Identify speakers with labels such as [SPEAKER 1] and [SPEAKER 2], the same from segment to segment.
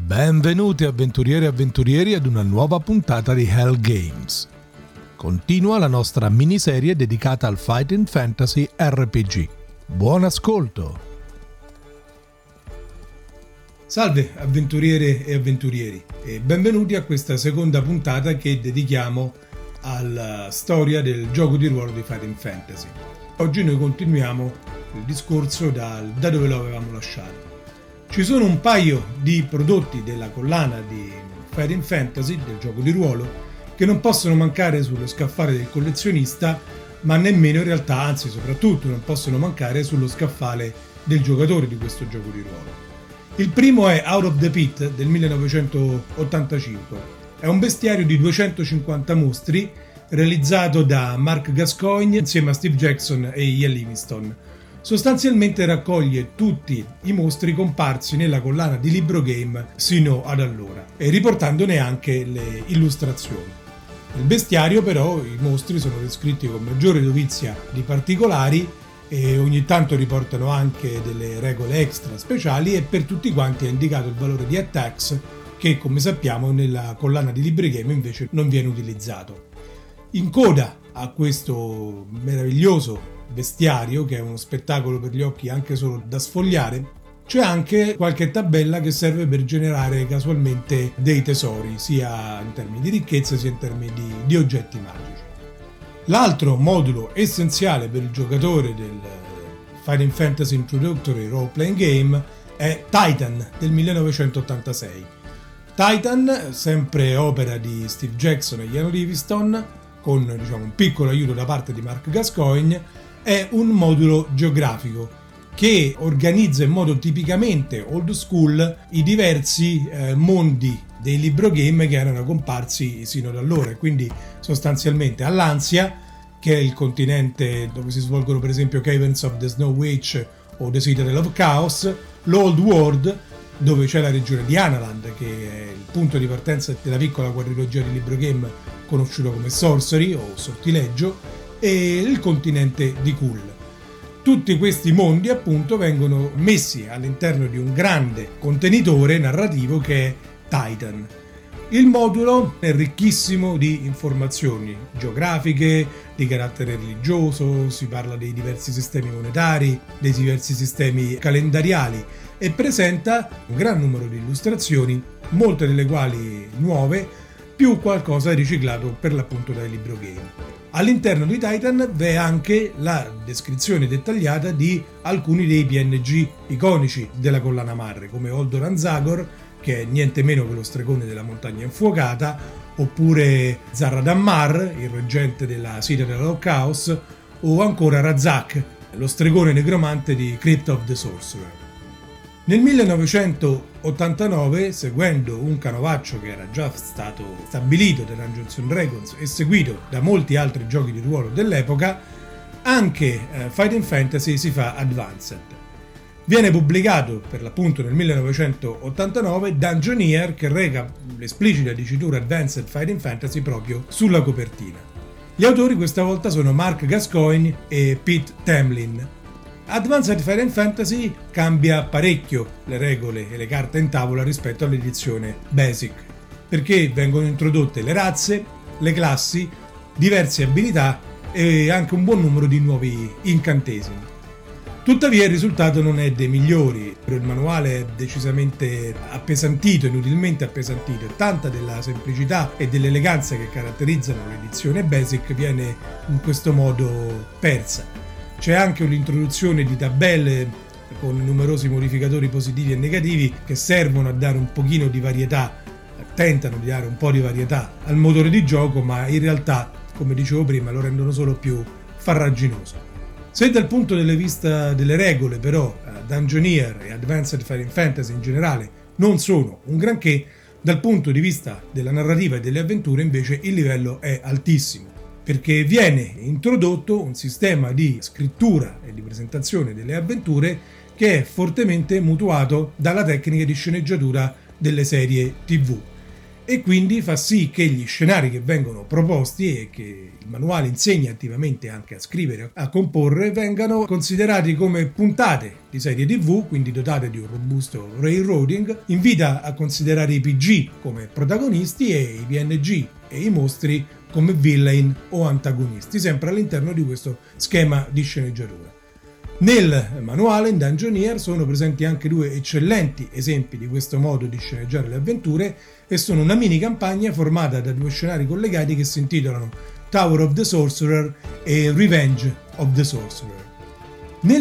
[SPEAKER 1] Benvenuti avventurieri e avventurieri ad una nuova puntata di Hell Games. Continua la nostra miniserie dedicata al Fighting Fantasy RPG. Buon ascolto! Salve avventuriere e avventurieri e benvenuti a questa seconda puntata che dedichiamo alla storia del gioco di ruolo di Fighting Fantasy. Oggi noi continuiamo il discorso da dove lo avevamo lasciato. Ci sono un paio di prodotti della collana di Fighting Fantasy, del gioco di ruolo, che non possono mancare sullo scaffale del collezionista, ma nemmeno in realtà, anzi soprattutto, non possono mancare sullo scaffale del giocatore di questo gioco di ruolo. Il primo è Out of the Pit del 1985. È un bestiario di 250 mostri realizzato da Mark Gascoigne insieme a Steve Jackson e Ian Livingstone. Sostanzialmente raccoglie tutti i mostri comparsi nella collana di Libro Game sino ad allora e riportandone anche le illustrazioni. Nel bestiario però i mostri sono descritti con maggiore dovizia di particolari e ogni tanto riportano anche delle regole extra speciali e per tutti quanti è indicato il valore di attacks che, come sappiamo, nella collana di Libri Game invece non viene utilizzato. In coda a questo meraviglioso bestiario, che è uno spettacolo per gli occhi anche solo da sfogliare, c'è anche qualche tabella che serve per generare casualmente dei tesori, sia in termini di ricchezza sia in termini di oggetti magici. L'altro modulo essenziale per il giocatore del Fighting Fantasy Introductory Role Playing Game è Titan del 1986. Titan, sempre opera di Steve Jackson e Ian Livingstone, con un piccolo aiuto da parte di Mark Gascoigne, è un modulo geografico che organizza in modo tipicamente old school i diversi mondi dei libro game che erano comparsi sino ad allora, quindi sostanzialmente all'Ansia, che è il continente dove si svolgono per esempio Caverns of the Snow Witch o The Citadel of Chaos, l'Old World, dove c'è la regione di Analand, che è il punto di partenza della piccola quadrilogia di libro game conosciuto come Sorcery o Sortileggio, e il continente di Kul. Tutti questi mondi appunto vengono messi all'interno di un grande contenitore narrativo che è Titan. Il modulo è ricchissimo di informazioni geografiche, di carattere religioso, si parla dei diversi sistemi monetari, dei diversi sistemi calendariali e presenta un gran numero di illustrazioni, molte delle quali nuove, più qualcosa riciclato per l'appunto dai libro game. All'interno di Titan vi è anche la descrizione dettagliata di alcuni dei PNG iconici della collana madre, come Oldoran Zagor, che è niente meno che lo stregone della montagna infuocata, oppure Zaradammar, il reggente della Citadel of Chaos, o ancora Razak, lo stregone necromante di Crypt of the Sorcerer. Nel 1989, seguendo un canovaccio che era già stato stabilito da Dungeons & Dragons e seguito da molti altri giochi di ruolo dell'epoca, anche Fighting Fantasy si fa Advanced. Viene pubblicato per l'appunto nel 1989 Dungeoneer, che reca l'esplicita dicitura Advanced Fighting Fantasy proprio sulla copertina. Gli autori questa volta sono Mark Gascoigne e Pete Tamlin. Advanced Fighting Fantasy cambia parecchio le regole e le carte in tavola rispetto all'edizione Basic, perché vengono introdotte le razze, le classi, diverse abilità e anche un buon numero di nuovi incantesimi. Tuttavia il risultato non è dei migliori, il manuale è decisamente appesantito, inutilmente appesantito, e tanta della semplicità e dell'eleganza che caratterizzano l'edizione Basic viene in questo modo persa. C'è anche un'introduzione di tabelle con numerosi modificatori positivi e negativi che servono a dare un pochino di varietà, tentano di dare un po' di varietà al motore di gioco, ma in realtà, come dicevo prima, lo rendono solo più farraginoso. Se dal punto di vista delle regole però Dungeoneer e Advanced Fighting Fantasy in generale non sono un granché, dal punto di vista della narrativa e delle avventure invece il livello è altissimo, perché viene introdotto un sistema di scrittura e di presentazione delle avventure che è fortemente mutuato dalla tecnica di sceneggiatura delle serie TV. e quindi fa sì che gli scenari che vengono proposti e che il manuale insegna attivamente anche a scrivere, a comporre, vengano considerati come puntate di serie TV, quindi dotate di un robusto railroading, invita a considerare i PG come protagonisti e i PNG e i mostri come villain o antagonisti, sempre all'interno di questo schema di sceneggiatura. Nel manuale in Dungeoneer sono presenti anche 2 eccellenti esempi di questo modo di sceneggiare le avventure e sono una mini campagna formata da 2 scenari collegati che si intitolano Tower of the Sorcerer e Revenge of the Sorcerer. Nel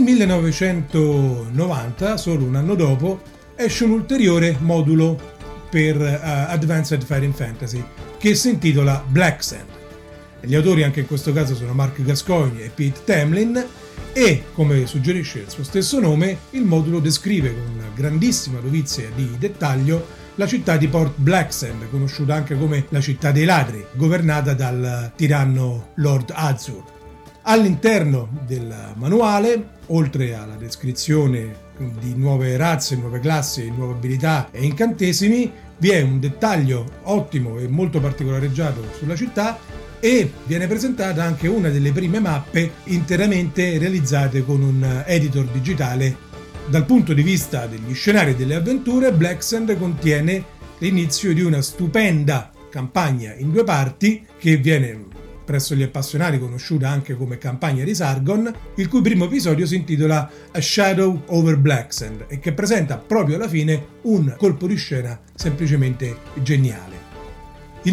[SPEAKER 1] 1990, solo un anno dopo, esce un ulteriore modulo per Advanced Fighting Fantasy che si intitola Black Sand. Gli autori anche in questo caso sono Mark Gascoigne e Pete Tamlin e, come suggerisce il suo stesso nome, il modulo descrive con grandissima dovizia di dettaglio la città di Port Blacksand, conosciuta anche come la città dei ladri, governata dal tiranno Lord Azur. All'interno del manuale, oltre alla descrizione di nuove razze, nuove classi, nuove abilità e incantesimi, vi è un dettaglio ottimo e molto particolareggiato sulla città e viene presentata anche una delle prime mappe interamente realizzate con un editor digitale. Dal punto di vista degli scenari e delle avventure, Blacksand contiene l'inizio di una stupenda campagna in 2 parti che viene presso gli appassionati conosciuta anche come campagna di Sargon, il cui primo episodio si intitola A Shadow over Blacksand e che presenta proprio alla fine un colpo di scena semplicemente geniale. Il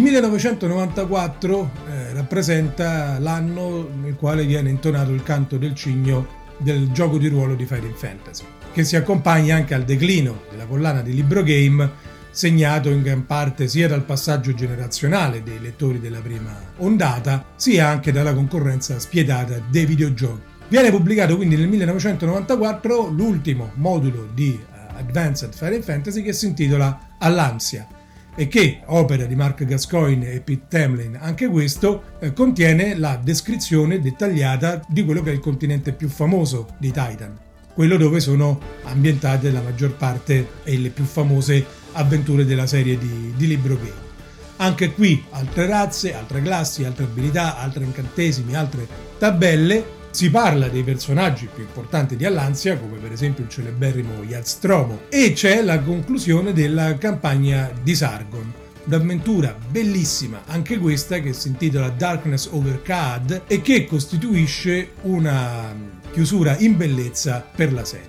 [SPEAKER 1] 1994 rappresenta l'anno nel quale viene intonato il canto del cigno del gioco di ruolo di Fighting Fantasy, che si accompagna anche al declino della collana di Libro Game, segnato in gran parte sia dal passaggio generazionale dei lettori della prima ondata, sia anche dalla concorrenza spietata dei videogiochi. Viene pubblicato quindi nel 1994 l'ultimo modulo di Advanced Fighting Fantasy che si intitola All'ansia e che, opera di Mark Gascoigne e Pete Tamlin, anche questo, contiene la descrizione dettagliata di quello che è il continente più famoso di Titan, quello dove sono ambientate la maggior parte e le più famose avventure della serie di Libro Game. Anche qui altre razze, altre classi, altre abilità, altri incantesimi, altre tabelle. Si parla dei personaggi più importanti di Allansia, come per esempio il celeberrimo Yazdromo, e c'è la conclusione della campagna di Sargon, un'avventura bellissima, anche questa, che si intitola Darkness over Kaad e che costituisce una chiusura in bellezza per la serie.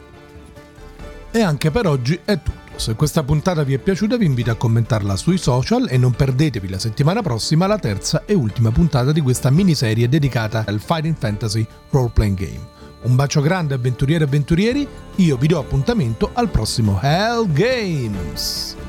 [SPEAKER 2] E anche per oggi è tutto. Se questa puntata vi è piaciuta vi invito a commentarla sui social e non perdetevi la settimana prossima la terza e ultima puntata di questa miniserie dedicata al Fighting Fantasy Role Playing Game. Un bacio grande avventuriere e avventurieri, io vi do appuntamento al prossimo Hell Games!